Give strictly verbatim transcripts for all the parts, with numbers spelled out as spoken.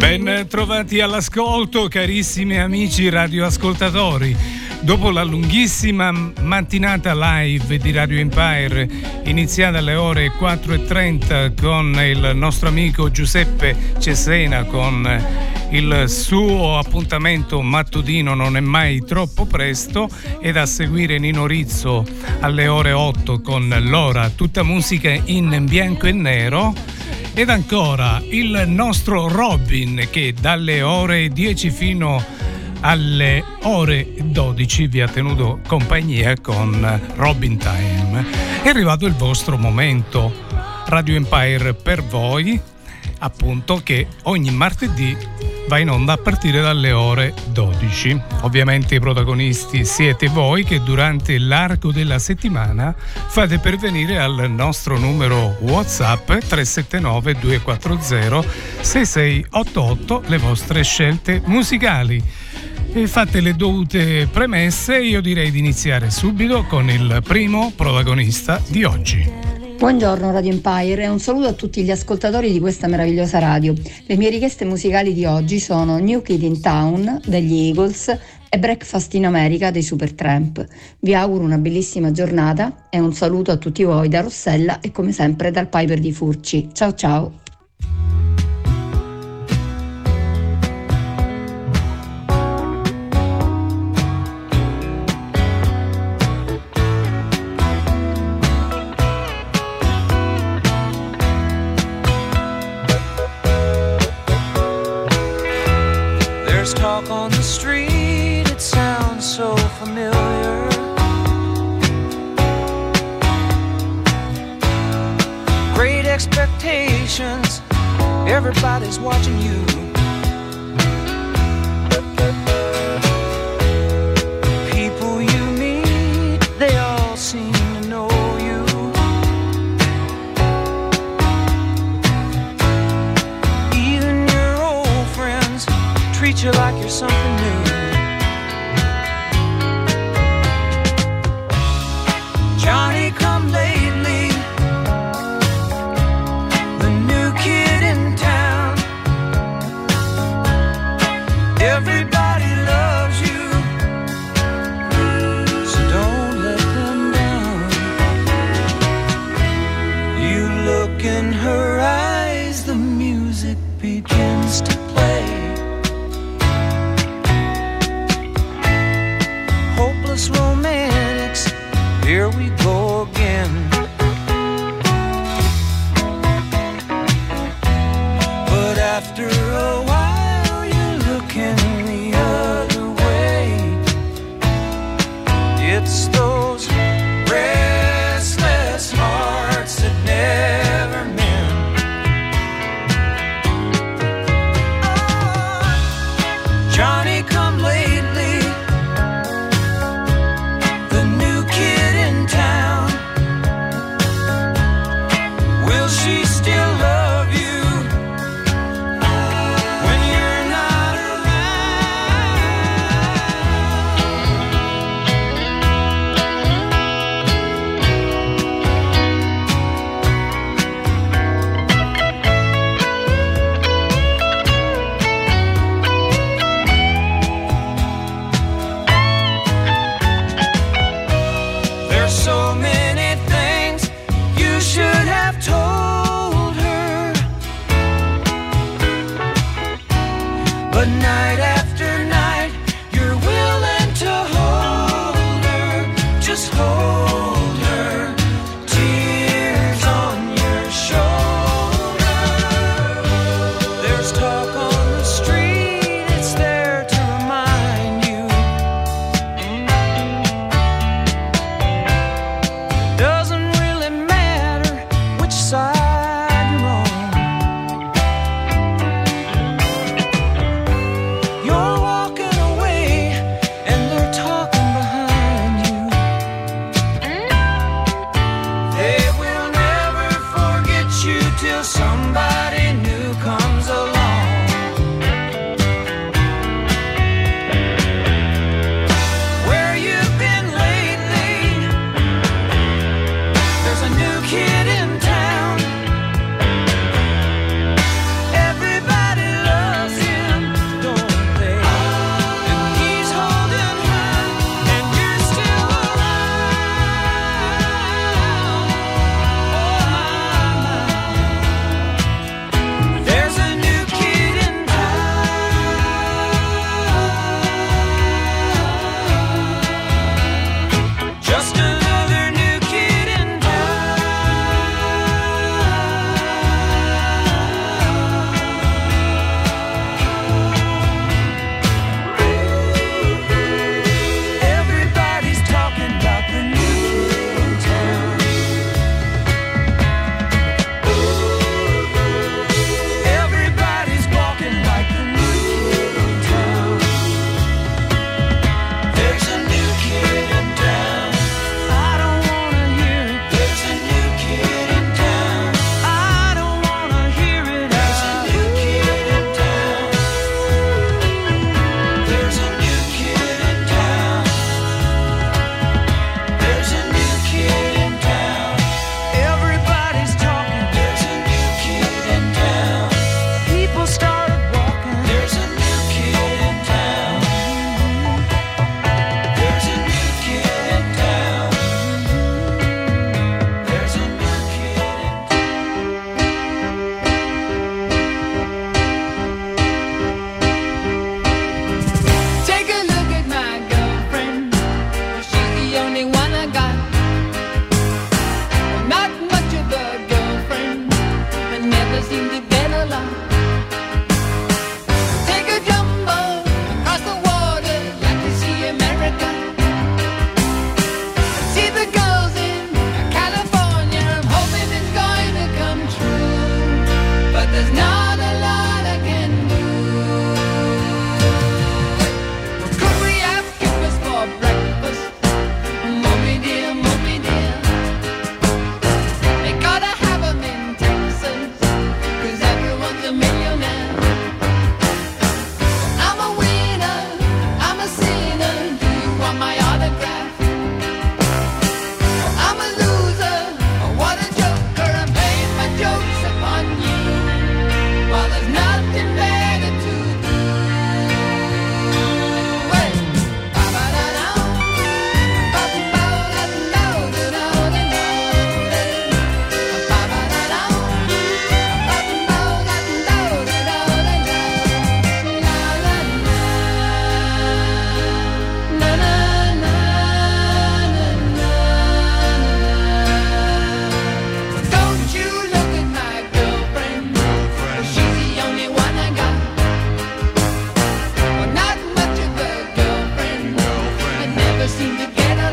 Ben trovati all'ascolto, carissimi amici radioascoltatori. Dopo la lunghissima mattinata live di Radio Empire, iniziata alle ore quattro e trenta con il nostro amico Giuseppe Cesena, con il suo appuntamento mattutino Non è mai troppo presto, ed a seguire Nino Rizzo alle ore otto con l'ora tutta musica in bianco e nero. Ed ancora il nostro Robin, che dalle ore dieci fino alle ore dodici vi ha tenuto compagnia con Robin Time. È arrivato il vostro momento Radio Empire per voi, appunto, che ogni martedì va in onda a partire dalle ore dodici. Ovviamente i protagonisti siete voi, che durante l'arco della settimana fate pervenire al nostro numero WhatsApp tre sette nove due quattro zero sei sei otto otto le vostre scelte musicali. E fate le dovute premesse, io direi di iniziare subito con il primo protagonista di oggi. Buongiorno Radio Empire e un saluto a tutti gli ascoltatori di questa meravigliosa radio. Le mie richieste musicali di oggi sono New Kid in Town degli Eagles e Breakfast in America dei Supertramp. Vi auguro una bellissima giornata e un saluto a tutti voi da Rossella e come sempre dal Piper di Furci. Ciao ciao! Talk on the street, it sounds so familiar. Great expectations, everybody's watching you. People you meet, they all seem to know you. Even your old friends treat you like you're something new. Johnny come lately, the new kid in town. Everybody loves you, so don't let them down. You look in her eyes, the music begins to play. Romantics, here we go again. But after a while you're looking the other way. It's those restless hearts that never mend. Oh, Johnny come lately, she still love you when you're not around?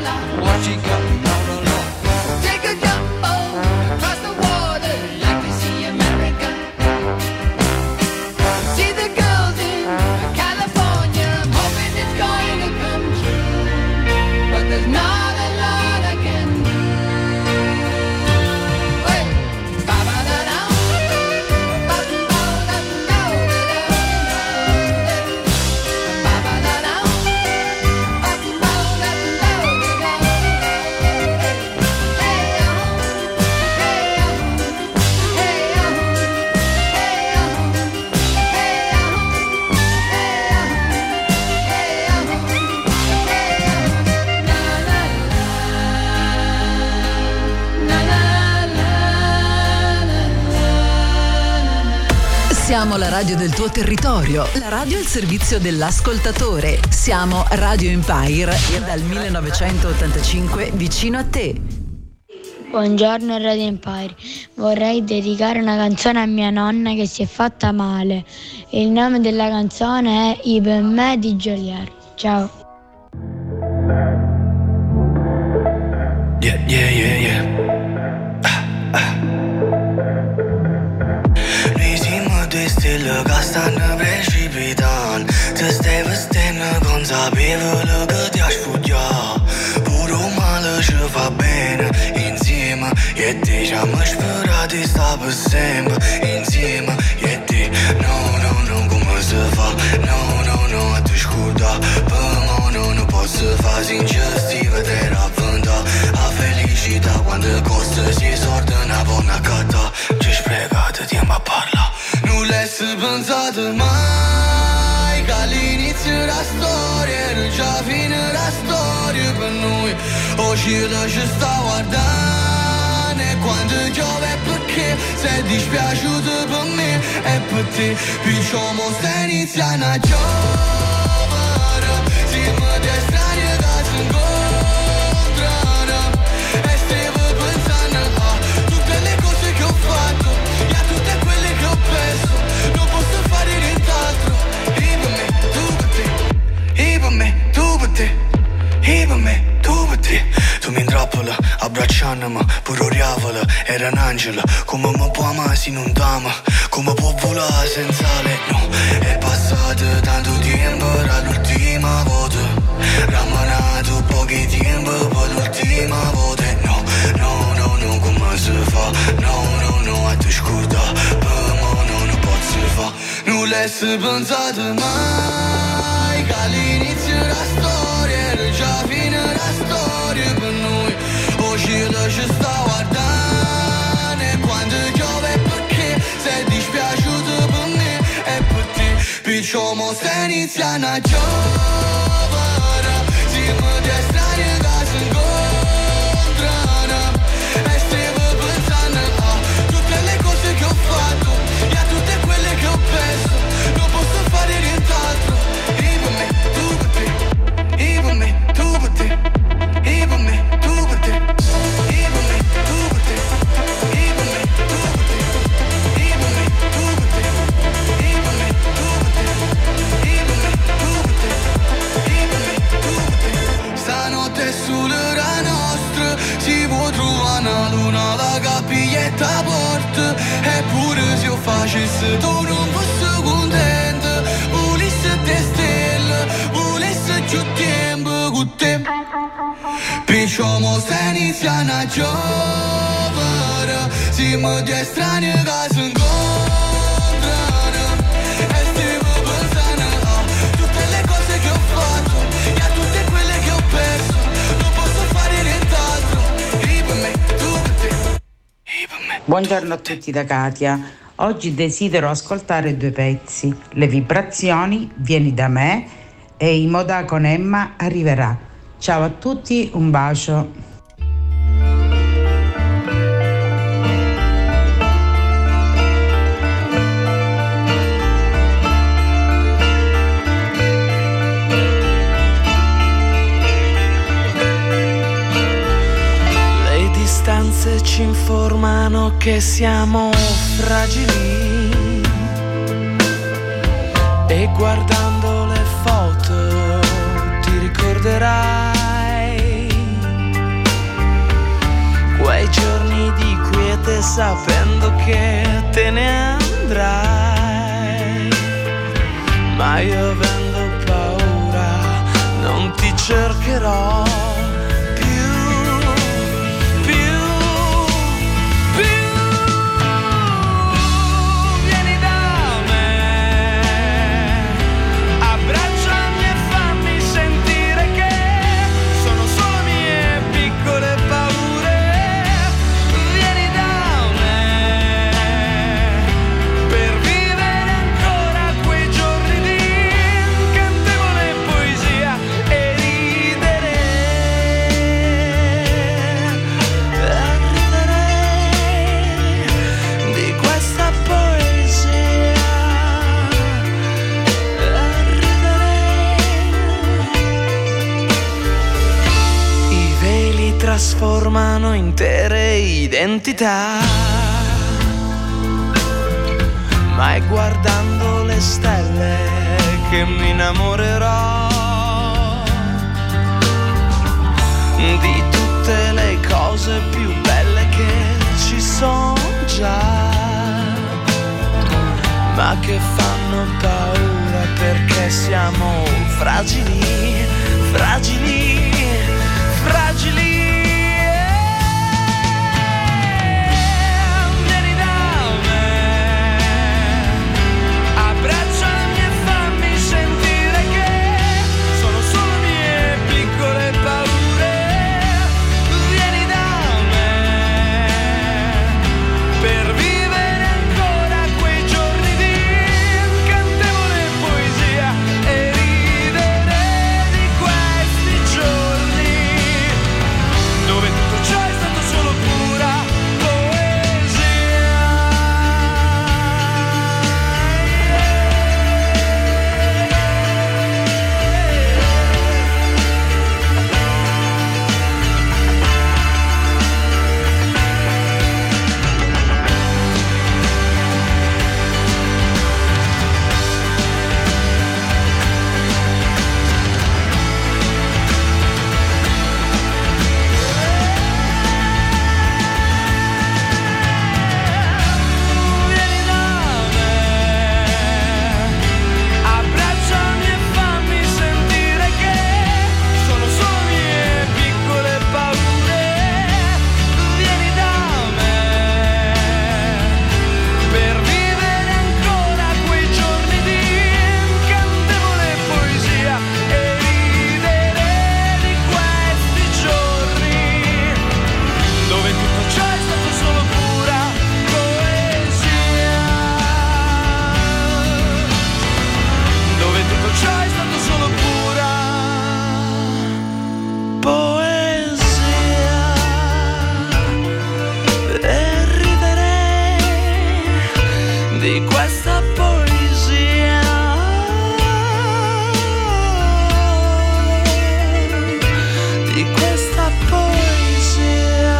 line. What you got? No, no, no. Take a jump oh, across the water like to see America. See the girls in California. I'm hoping it's going to come true, but there's not a lot I can do. Hey, ba-ba-da-da, ba-ba-da-da-da-da-da, ba-ba-da-da, Siamo la radio del tuo territorio, la radio al servizio dell'ascoltatore. Siamo Radio Empire dal millenovecentottantacinque vicino a te. Buongiorno Radio Empire, vorrei dedicare una canzone a mia nonna che si è fatta male. Il nome della canzone è I per me di Jolier. Ciao. Yeah, yeah, yeah, yeah. Ah, ah. Risiamo due stelle che stanno precipitando. Ti stai vestendo consapevole che ti ha sfuggito. Pure male ci fa bene insieme. E te ci abbiamo sperato di stare per sempre insieme. E te, no, no, no, come si fa? No, no, no, ti scorda. Per me no, non posso fare ingiusti, vedere avventare la felicità quando costa si sorda una buona catta. Ci sprecate tempo a parlare. Non l'hai pensato mai che all'inizio della storia era già fine la storia per noi. Oggi la ci sta guardando e quando piove perché sei dispiaciuto per me e per te. Perciò mo stai iniziando a giovere. Siamo due strani che si incontrano e stiamo pensando a tutte le cose che ho fatto e a tutte quelle che ho perso. Non posso fare nient'altro. E per me, tu per te. E per me, tu per te. E per me, tu per te. Tu mi intrappola, abbracciandomi, pure oriavola, era un angelo. Come mi può amare se non t'ama? Come può volare senza lei? No, è passato tanto tempo dall'ultima volta. Rammanato pochi tempo per l'ultima volta. No, no, no, no, come si fa? No, no, no, a te scorda. Per me no, non posso fa. Non l'hai pensato mai che all'inizio della storia era già fine la storia per noi. Oggi la ci sta guardando e quando piove perché sei dispiaciuto per me e per te. Perciò mo stai iniziando a giovere. Siamo due strani che si incontrano e stiamo pensando a tutte le cose che ho fatto e a tutte quelle che ho perso. Non posso fare nient'altro. E per me, tu per te. E per me, tu per te. E per me, tu per te. E per me, tu per te. E per me, tu per te. E per me, tu per te. E per me, tu per te. E per me, tu per te. E per me, tu per te. Stanotte sulla nostra si può trovare una luna da capiglietta a porta. Eppure se io facessi tu non fossi contento. Volessi te stelle, volessi più tempo con te. Perciò mo stai iniziando a giovere. Siamo due strani che si incontrano e stiamo pensando a tutte le cose che ho fatto e a tutte quelle che ho perso. Non posso fare nient'altro. E per me, tu per te. E per me. Buongiorno a tutti da Katia. Oggi desidero ascoltare due pezzi. Le vibrazioni, Vieni da me e I Moda con Emma arriverà. Ciao a tutti, un bacio. Le distanze ci informano che siamo fragili e guardando le foto ti ricorderai sapendo che te ne andrai, ma io avendo paura non ti cercherò più, più, più. Vieni da me, abbracciami e fammi sentire che sono solo mie piccole paure. Vieni da me per vivere ancora quei giorni di incantevole poesia e ridere, e ridere di questa poesia, e ridere. I veli trasformano intere identità, ma è guardando le stelle che mi innamorerò di tutte le cose più belle che ci sono già, ma che fanno paura perché siamo fragili, fragili, fragili. Vieni da me, abbracciami e fammi sentire che sono solo mie piccole paure. Vieni da me per vivere ancora quei giorni di incantevole poesia e ridere di questi giorni dove tutto ciò è stato solo pura poesia. Vieni da me, abbracciami e fammi sentire che sono solo mie piccole paure. Vieni da me per vivere ancora quei giorni di incantevole poesia e ridere di questi giorni dove tutto ciò è stato solo pura poesia, dove tutto ciò è stato solo pura poesia e ridere di questa poesia, di questa poesia.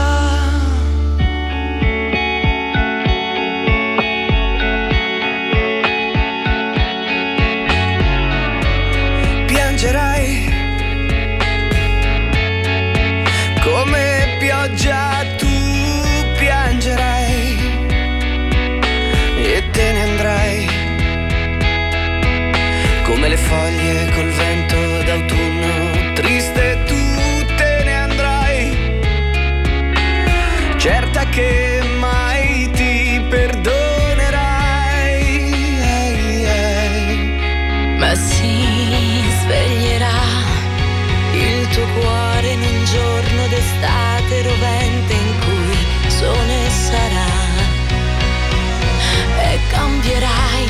Piangerai come pioggia, tu piangerai e te ne andrai come le foglie col vento d'autunno triste, tu te ne andrai certa che mai ti perdonerai, ei, ei. Ma si sveglierà il tuo cuore in un giorno d'estate rovente in cui sole sarà e cambierai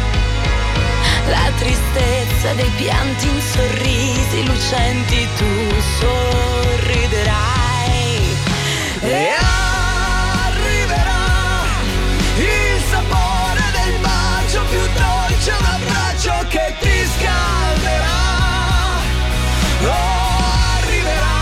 la tristezza dei pianti in sorrisi lucenti, tu sorriderai e arriverà il sapore del bacio più dolce, un abbraccio che ti scalderà. Oh, arriverà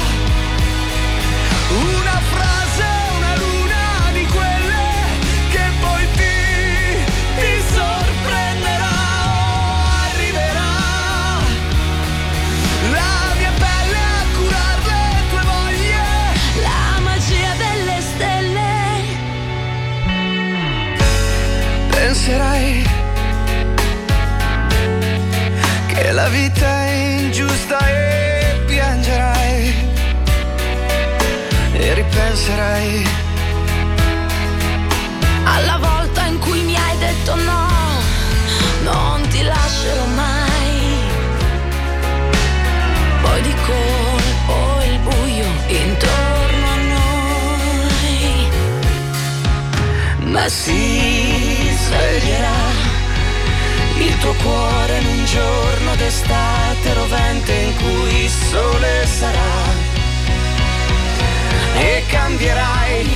una frase, una luna di quelle che poi ti, ti sorprenderà. Oh, arriverà la mia pelle accurata penserei alla volta in cui mi hai detto no, non ti lascerò mai. Poi di colpo il buio intorno a noi, ma si sveglierà il tuo cuore in un giorno d'estate rovente in cui il sole sarà, e cambierai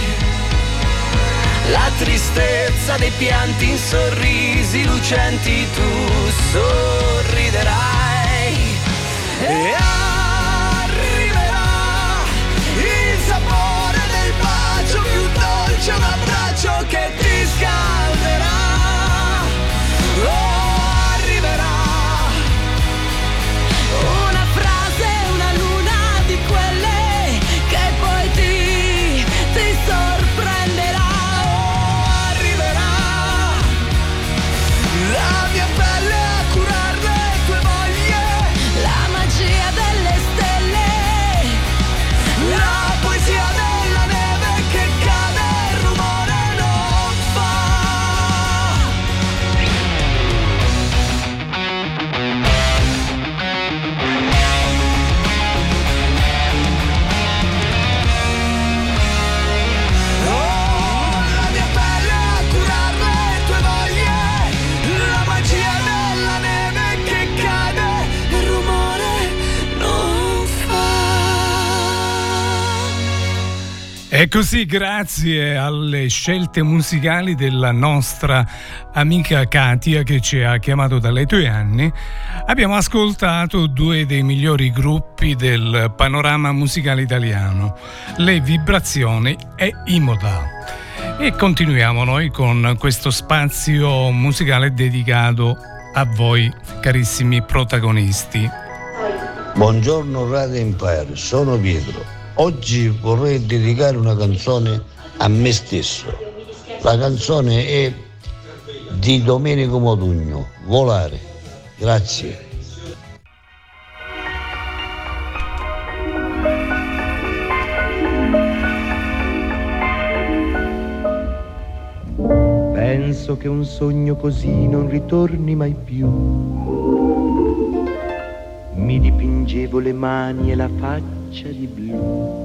la tristezza dei pianti in sorrisi lucenti, tu sorriderai e arriverà il sapore del bacio più dolce, un abbraccio che ti scalderà. Oh, arriverà una frase, una luna di quelle che poi ti, ti sorprenderà. Oh, arriverà la mia pelle a curare le tue voglie, la magia delle stelle, la poesia della neve che cade e il rumore non fa. Oh, la mia pelle a curare le tue voglie, la magia della neve che cade e il rumore non fa. E così, grazie alle scelte musicali della nostra amica Katia, che ci ha chiamato dalle tue anni, abbiamo ascoltato due dei migliori gruppi del panorama musicale italiano, Le Vibrazioni e i Modà. E continuiamo noi con questo spazio musicale dedicato a voi, carissimi protagonisti. Buongiorno Radio Empire, sono Pietro. Oggi vorrei dedicare una canzone a me stesso. La canzone è di Domenico Modugno, Volare. Grazie. Penso che un sogno così non ritorni mai più. Mi dipingevo le mani e la faccia di blu.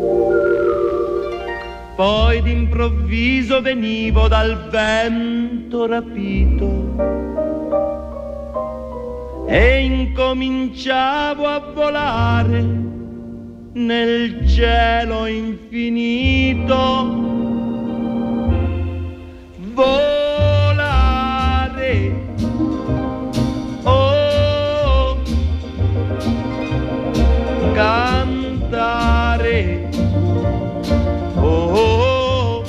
Poi d'improvviso venivo dal vento rapito e incominciavo a volare nel cielo infinito. Volare, oh, cantare, oh,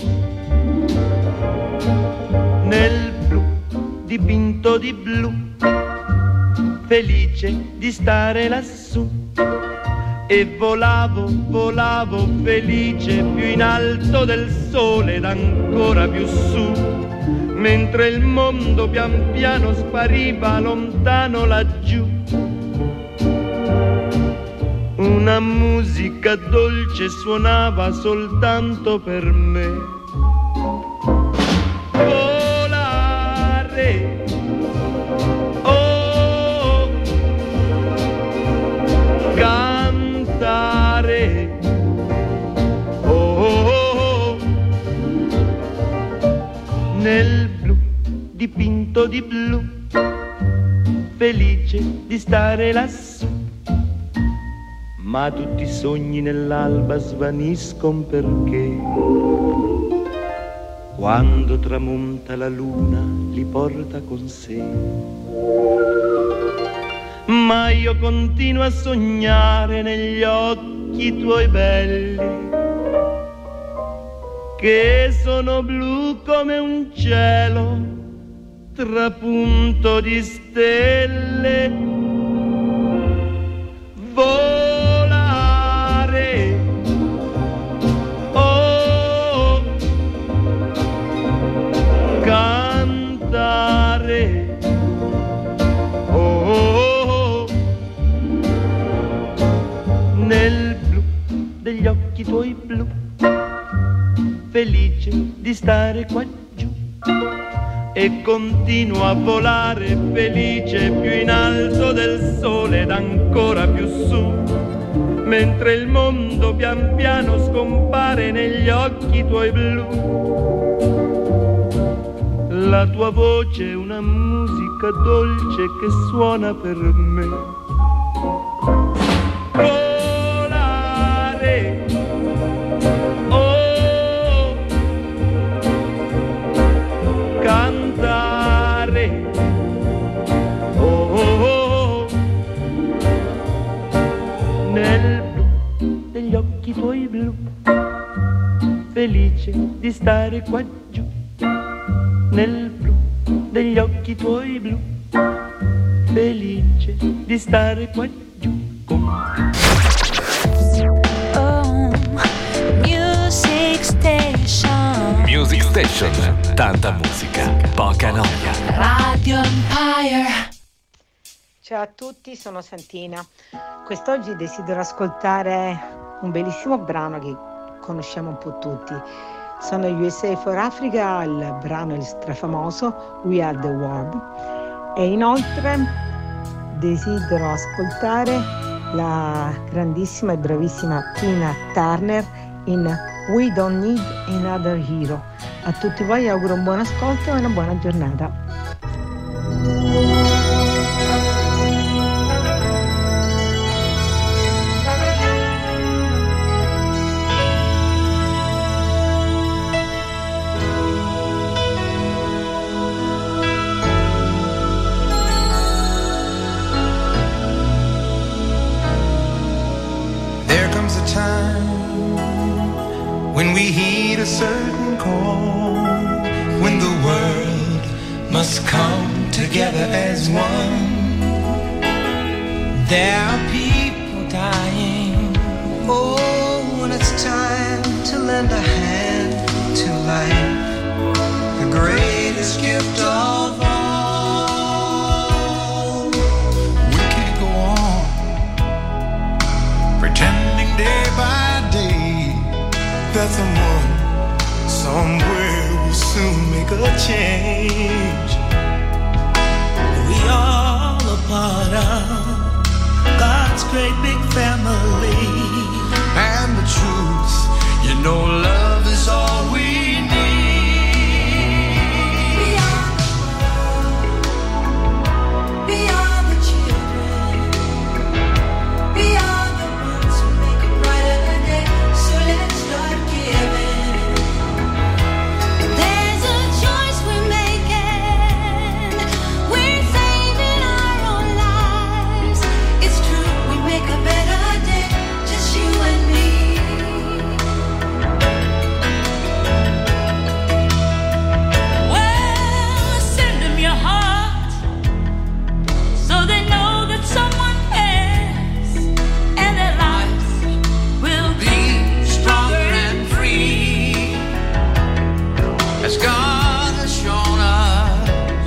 nel blu dipinto di blu, felice di stare lassù. E volavo, volavo felice più in alto del sole ed ancora più su, mentre il mondo pian piano spariva lontano laggiù. Una musica dolce suonava soltanto per me. Volare, oh, cantare, oh, nel blu dipinto di blu, felice di stare lassù. Ma tutti i sogni nell'alba svaniscono perché quando tramonta la luna li porta con sé. Ma io continuo a sognare negli occhi tuoi belli, che sono blu come un cielo trapunto di stelle. Volare, oh, cantare, oh, nel blu degli occhi tuoi blu, felice di stare qua giù. E continuo a volare felice più in alto del sole ed ancora più su, mentre il mondo pian piano scompare negli occhi tuoi blu. La tua voce è una musica dolce che suona per me. Volare, oh, cantare, oh, oh, oh, nel blu degli occhi tuoi blu, felice di stare qua giù, nel blu degli occhi tuoi blu, felice di stare qua giù con me. Oh, Music Station. Music Station, tanta musica, poca noia. Radio Empire. Ciao a tutti, sono Santina. Quest'oggi desidero ascoltare un bellissimo brano che conosciamo un po' tutti. Sono U S A for Africa, il brano è strafamoso We Are the World, e inoltre desidero ascoltare la grandissima e bravissima Tina Turner in We Don't Need Another Hero. A tutti voi auguro un buon ascolto e una buona giornata. When we heed a certain call, when the world must come together as one. There are people dying. Oh, when it's time to lend a hand to life, the greatest gift of all. We can't go on pretending day by day that someone somewhere will soon make a change. We all a part of God's great big family. And the truth, you know, love is all we need. We are the world. We are the children. We are the ones who make a brighter day. So let's start giving. There's a choice we're making. We're saving our own lives. It's true, we make a better day, just you and me. Well, send them your heart so they know that someone cares, and their lives will be Stronger and free, as God has shown us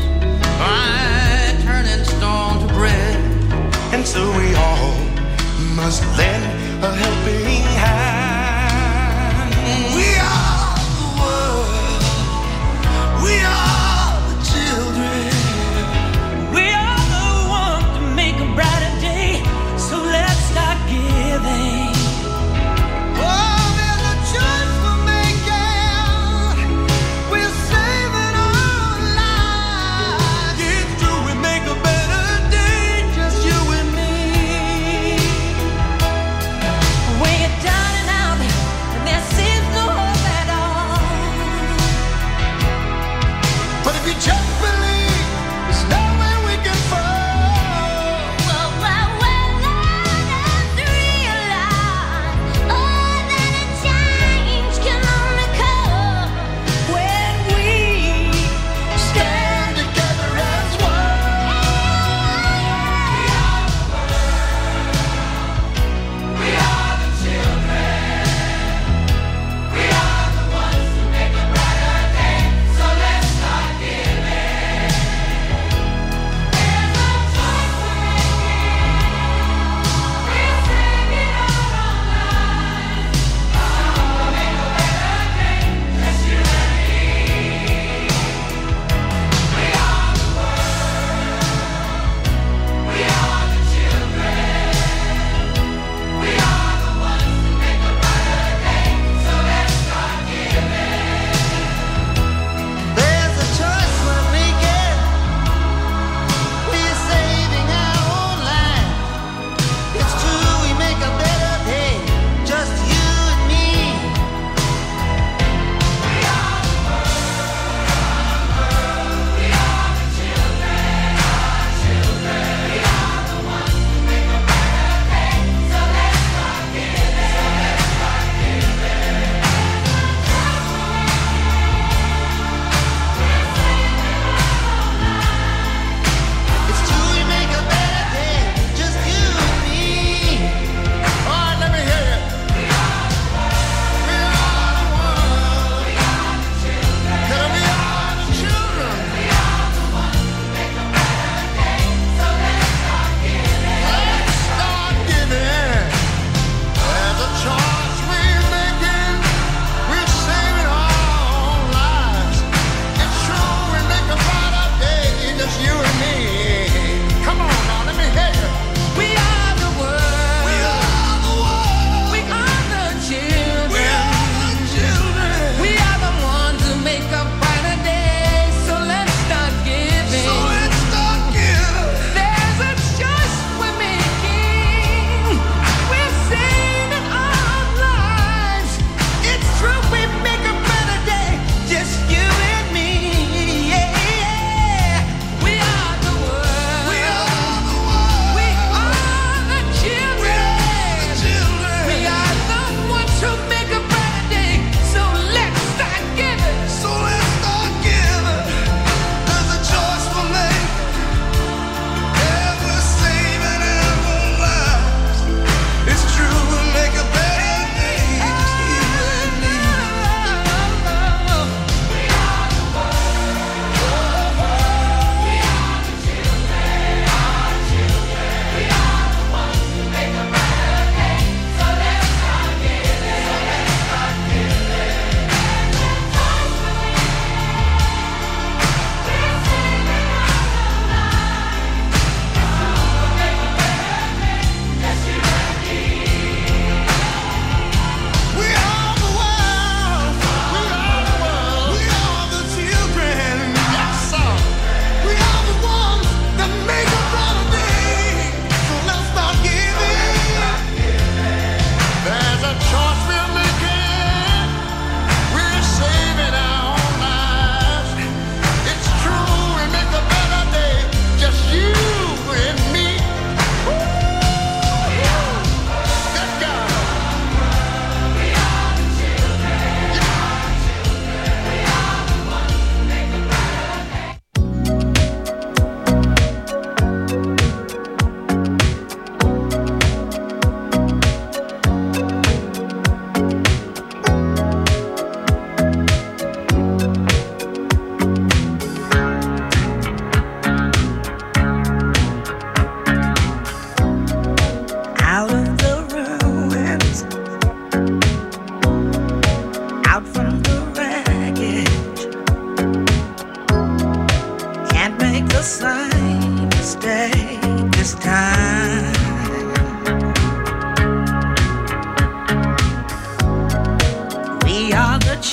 by turning stone to bread. And so we all must lend a helping hand. We are the world. We are the children. We are the ones to make a brighter day. So let's start giving. Oh, there's a choice we're making. We're saving our lives. It's true, we make a better day, just you and me. We're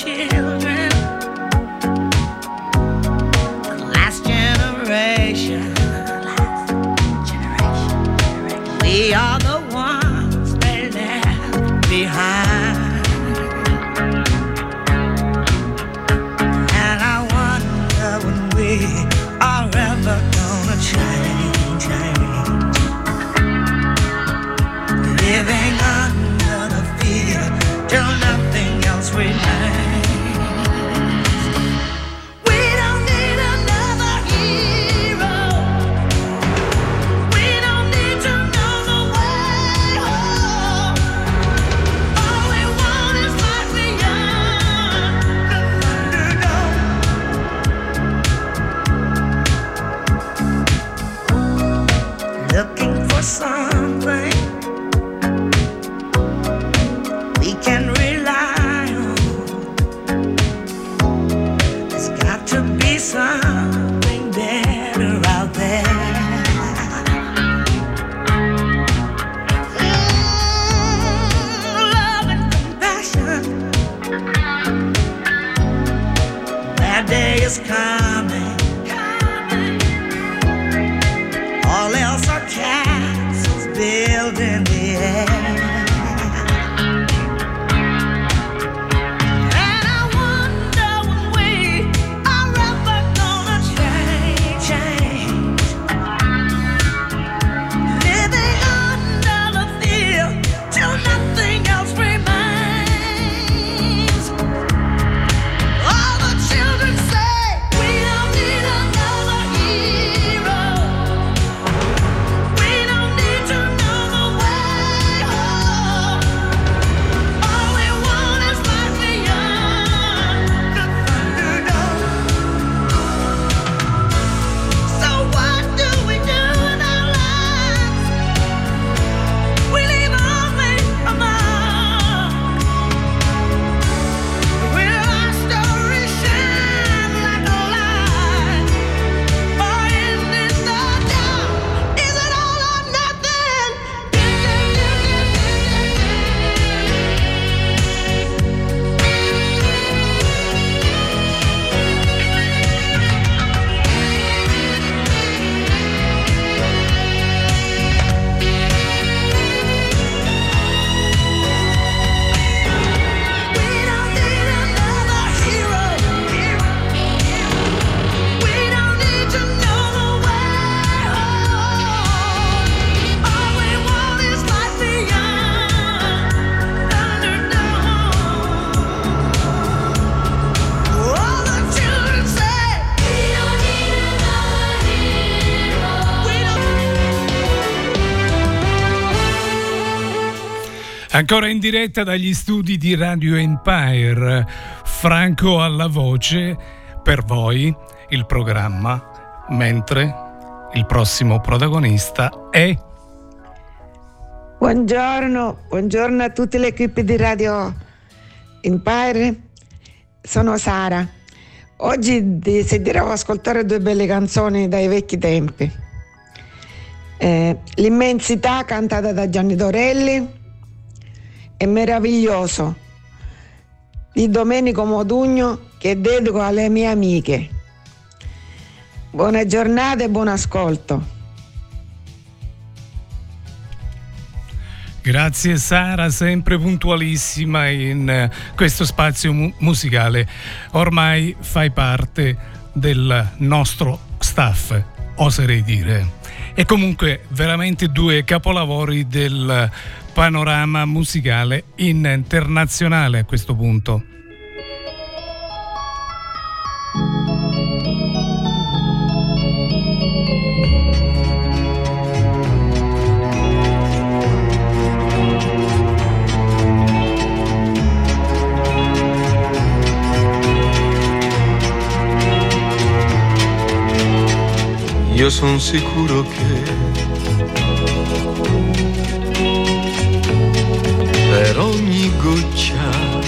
children, the last generation. We are the ones they left behind. And I wonder when we are ever gonna change, change. Living under the fear till nothing else remains. Looking for something we can rely on. There's got to be something better out there. Mm, love and compassion. That day is coming. All else are castles built in the air. And I wonder when we are ever gonna change, change. Living under the fear till nothing else remains. All the children say we don't need another hero. Ancora in diretta dagli studi di Radio Empire, Franco alla voce, per voi il programma, mentre il prossimo protagonista è... Buongiorno, buongiorno a tutte le equipe di Radio Empire, sono Sara. Oggi desidero ascoltare due belle canzoni dai vecchi tempi. Eh, L'immensità cantata da Gianni Dorelli, è meraviglioso di Domenico Modugno, che dedico alle mie amiche. Buona giornata e buon ascolto. Grazie Sara, sempre puntualissima in questo spazio mu- musicale. Ormai fai parte del nostro staff, oserei dire. E comunque veramente due capolavori del panorama musicale internazionale a questo punto. Io son sicuro che per ogni goccia,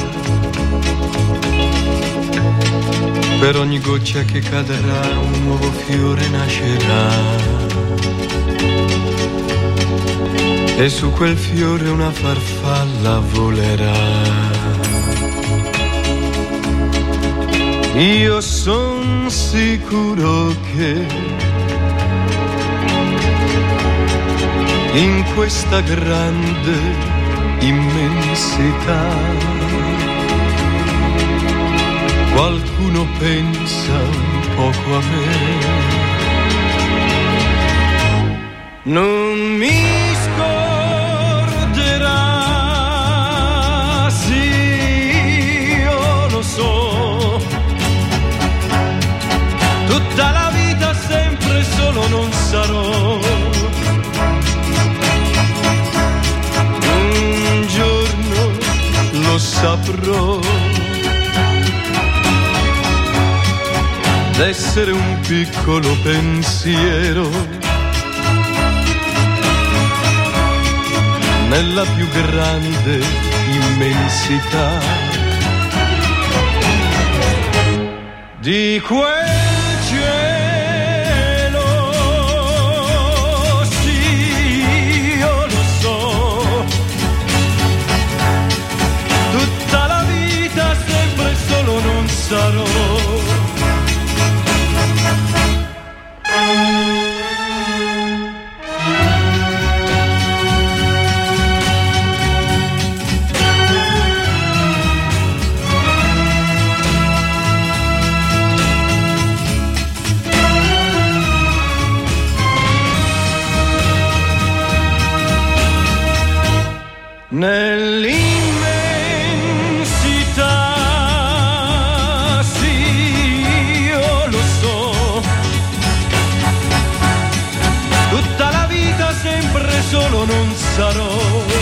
per ogni goccia che cadrà un nuovo fiore nascerà, e su quel fiore una farfalla volerà. Io son sicuro che in questa grande immensità qualcuno pensa un poco a me. Non mi scorderà, sì, io lo so, tutta la vita sempre solo non sarò. Un giorno lo saprò, d'essere un piccolo pensiero nella più grande immensità di quel cielo. Sì, io lo so, tutta la vita sempre solo non sarò. Nell'immensità, sì, io lo so, tutta la vita sempre solo non sarò.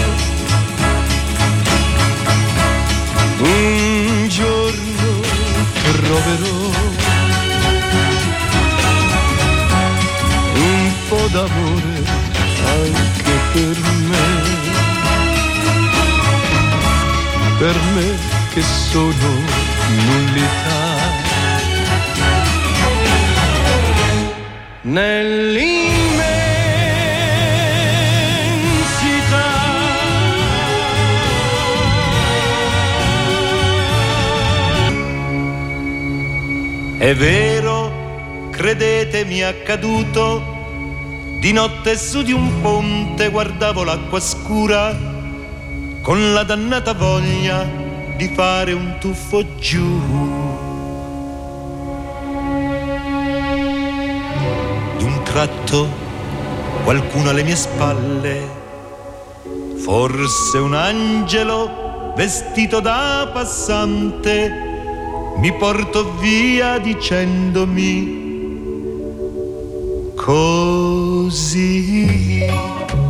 Un giorno troverò un po' d'amore anche per me. Per me che sono nullità. Nell'immensità è vero, credetemi è accaduto, di notte su di un ponte guardavo l'acqua scura con la dannata voglia di fare un tuffo giù. Di un tratto qualcuno alle mie spalle, forse un angelo vestito da passante, mi portò via dicendomi così.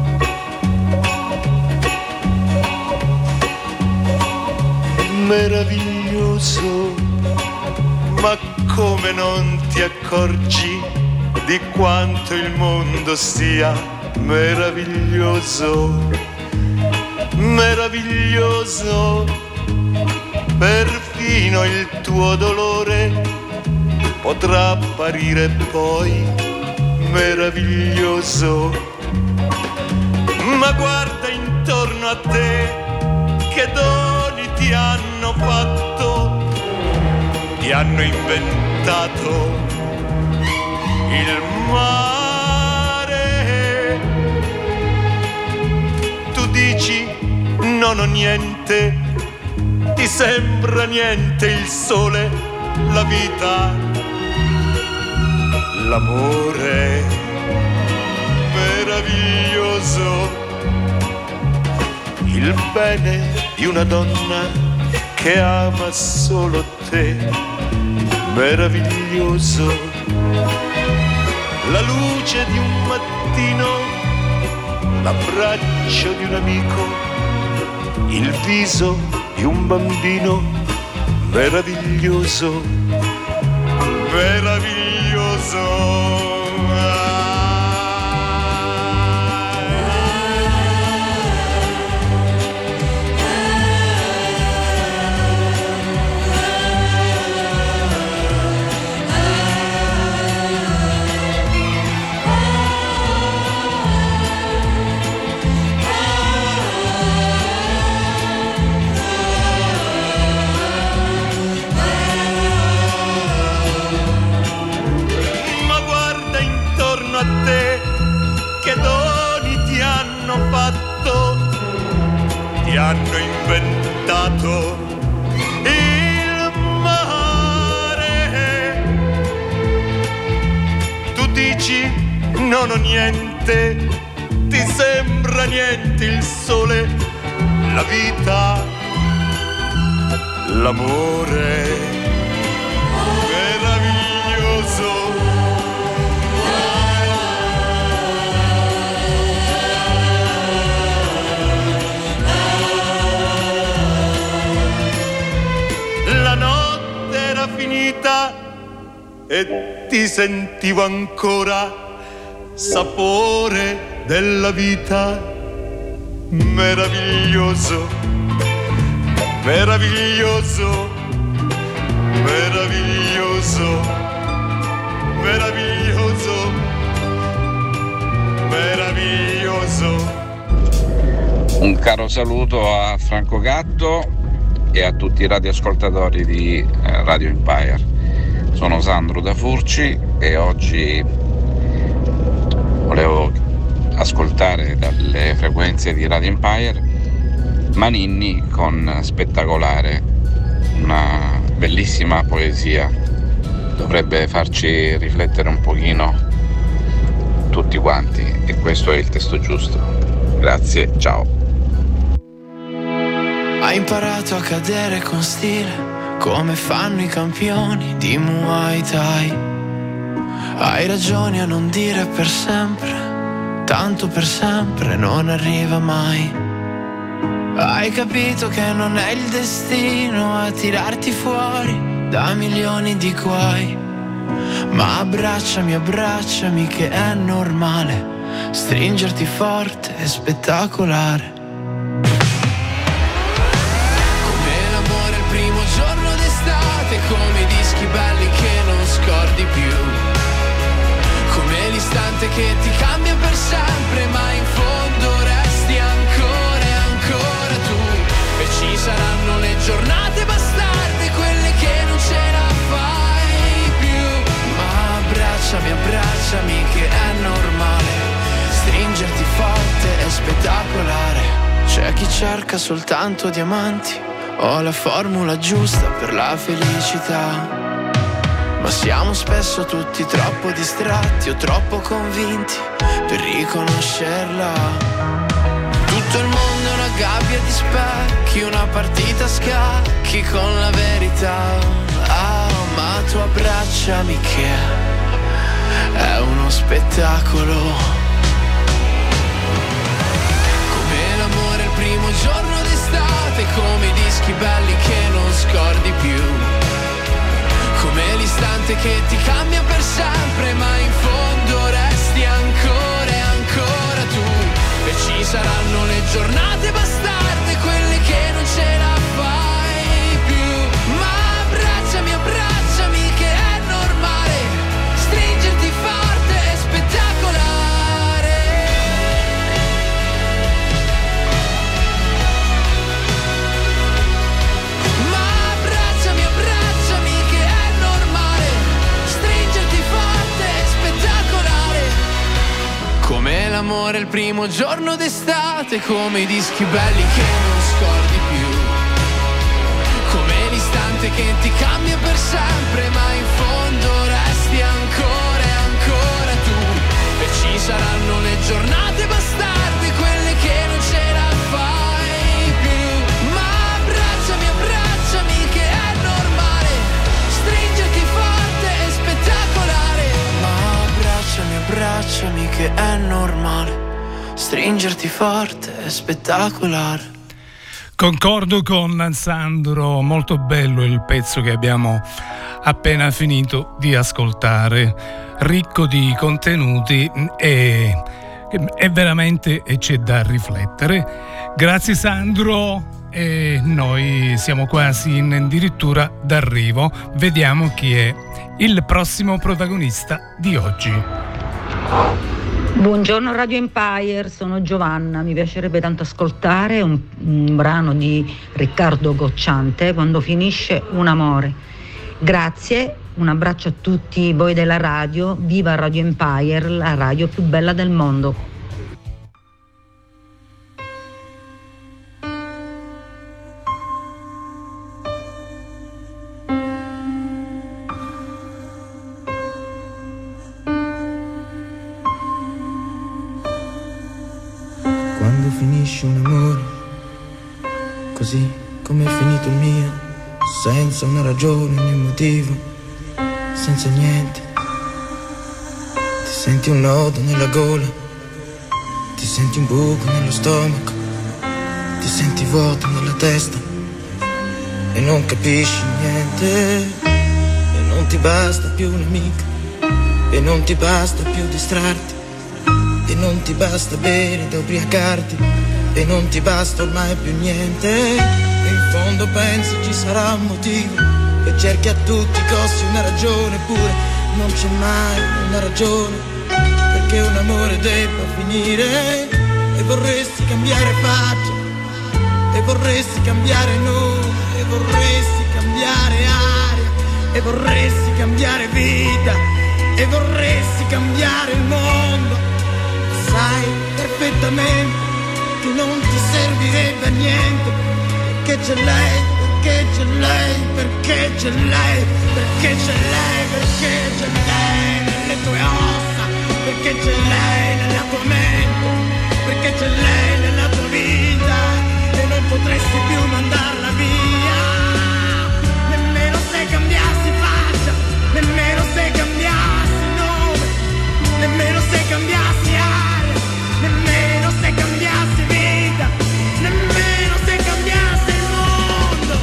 Meraviglioso, ma come non ti accorgi di quanto il mondo sia meraviglioso, meraviglioso, perfino il tuo dolore potrà apparire poi meraviglioso. Ma guarda intorno a te, che doni ti hanno fatto, ti hanno inventato il mare. Tu dici non ho niente, ti sembra niente il sole, la vita, l'amore meraviglioso, il bene di una donna che ama solo te, meraviglioso, la luce di un mattino, l'abbraccio di un amico, il viso di un bambino, meraviglioso, meraviglioso. cambiato il mare. Tu dici non ho niente, ti sembra niente il sole, la vita, l'amore meraviglioso. La notte era finita e ti sentivo ancora sapore della vita, meraviglioso, meraviglioso, meraviglioso, meraviglioso, meraviglioso. Un caro saluto a Franco Gatto e a tutti i radioascoltatori di eh, Radio Empire. Sono Sandro da Furci e oggi volevo ascoltare dalle frequenze di Radio Empire Maninni con Spettacolare, una bellissima poesia, dovrebbe farci riflettere un pochino tutti quanti, e questo è il testo giusto. Grazie, ciao. Hai imparato a cadere con stile, come fanno i campioni di Muay Thai. Hai ragione a non dire per sempre, tanto per sempre non arriva mai. Hai capito che non è il destino a tirarti fuori da milioni di guai. Ma abbracciami, abbracciami che è normale stringerti forte e spettacolare. Giorno d'estate, come i dischi belli che non scordi più, come l'istante che ti cambia per sempre, ma in fondo resti ancora e ancora tu. E ci saranno le giornate bastarde, quelle che non ce la fai più. Ma abbracciami, abbracciami che è normale stringerti forte e spettacolare. C'è chi cerca soltanto diamanti, ho la formula giusta per la felicità, ma siamo spesso tutti troppo distratti o troppo convinti per riconoscerla. Tutto il mondo è una gabbia di specchi, una partita a scacchi con la verità. Ah, ma tu abbracciami che è uno spettacolo. Come l'amore il primo giorno d'estate, come i dischi belli che non scordi più, come l'istante che ti cambia per sempre, ma in fondo resti ancora e ancora tu. E ci saranno le giornate bastarde, quelle che non ce la fai più. Ma abbracciami, abbracciami che è normale stringerti forte e spettacolare. Come l'amore il primo giorno d'estate, come i dischi belli che non scordi più, come l'istante che ti cambia per sempre, ma in fondo resti ancora e ancora tu. E ci saranno le giornate bastarde, quelle che non ce la fai più. Ma abbracciami, abbracciami che è normale stringerti forte e spettacolare. Ma abbracciami, abbracciami che è normale stringerti forte e spettacolare. Concordo con Sandro, molto bello il pezzo che abbiamo appena finito di ascoltare, ricco di contenuti e, e veramente c'è da riflettere. Grazie Sandro, e noi siamo quasi in addirittura d'arrivo. Vediamo chi è il prossimo protagonista di oggi. Buongiorno Radio Empire, sono Giovanna, mi piacerebbe tanto ascoltare un, un brano di Riccardo Cocciante, Quando finisce un amore. Grazie, un abbraccio a tutti voi della radio, viva Radio Empire, la radio più bella del mondo. finisce un amore, così come è finito il mio, senza una ragione né un motivo, senza niente. Ti senti un nodo nella gola, ti senti un buco nello stomaco, ti senti vuoto nella testa e non capisci niente. E non ti basta più un'amica, e non ti basta più distrarti, e non ti basta bere da ubriacarti, e non ti basta ormai più niente. E in fondo pensi ci sarà un motivo, e cerchi a tutti i costi una ragione, pure non c'è mai una ragione perché un amore debba finire. E vorresti cambiare faccia, e vorresti cambiare nome, e vorresti cambiare aria, e vorresti cambiare vita, e vorresti cambiare il mondo. Sai perfettamente che non ti servirebbe a niente, perché c'è lei, perché c'è lei, perché c'è lei, perché c'è lei, perché c'è lei nelle tue ossa, perché c'è lei nella tua mente, perché c'è lei nella tua vita, e non potresti più mandarla via, nemmeno se cambiassi faccia, nemmeno se cambiassi nome, nemmeno se cambiassi aria, nemmeno se cambiassi vita, nemmeno se cambiassi il mondo.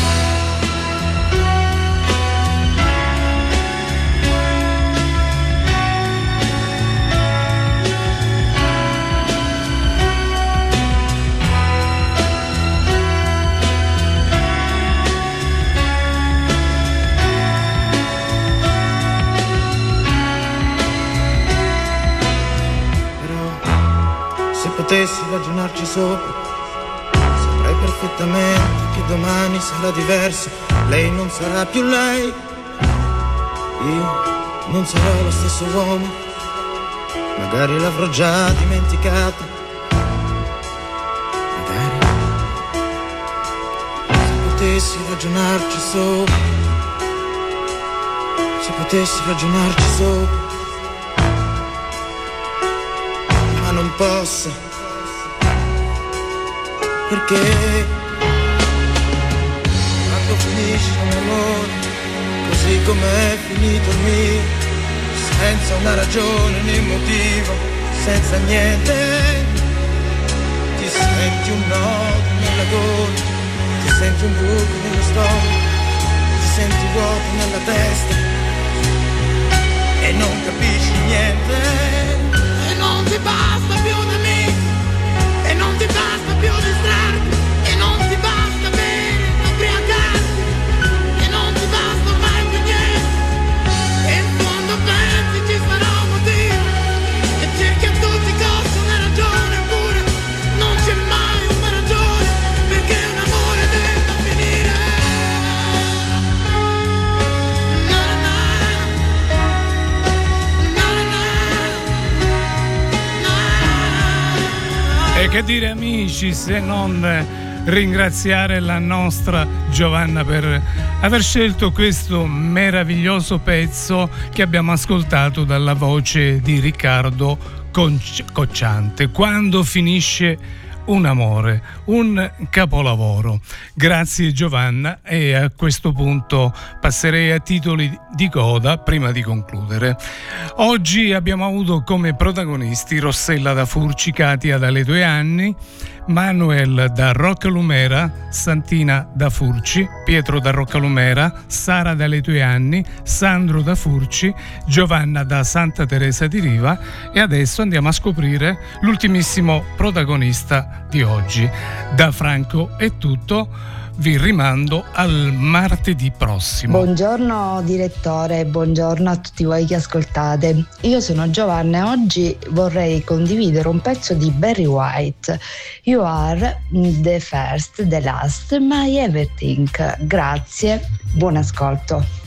Potessi ragionarci sopra, saprai perfettamente che domani sarà diverso. Lei non sarà più lei, io non sarò lo stesso uomo, magari l'avrò già dimenticata, magari. Se potessi ragionarci sopra, se potessi ragionarci sopra, ma non posso, perché quando finisce un amore, così com'è finito il mio, senza una ragione né un motivo, senza niente, ti senti un nodo nella gola, ti senti un buco nello stomaco, ti senti vuoto nella testa e non capisci niente. E non ti basta più un amico, e non ti basta più distrarti, e non ti basta bere, ubriacarti, e non ti basta mai più niente. E in fondo pensi ci sarà un motivo, e cerchi a tutti i costi una ragione, eppure non c'è mai una ragione perché un amore debba finire. Na na na na na. E che dire, amici, se non ringraziare la nostra Giovanna per aver scelto questo meraviglioso pezzo che abbiamo ascoltato dalla voce di Riccardo Cocciante, Quando finisce un amore, un capolavoro. Grazie Giovanna, e a questo punto passerei a titoli di coda prima di concludere. Oggi abbiamo avuto come protagonisti Rossella da Furci, Katia da Letojanni, Manuel da Roccalumera, Santina da Furci, Pietro da Roccalumera, Sara da Letojanni, Sandro da Furci, Giovanna da Santa Teresa di Riva, e adesso andiamo a scoprire l'ultimissimo protagonista di oggi. Da Franco è tutto, vi rimando al martedì prossimo. Buongiorno direttore, buongiorno a tutti voi che ascoltate. Io sono Giovanna e oggi vorrei condividere un pezzo di Barry White, You Are the First, the Last, My Everything. Grazie, buon ascolto.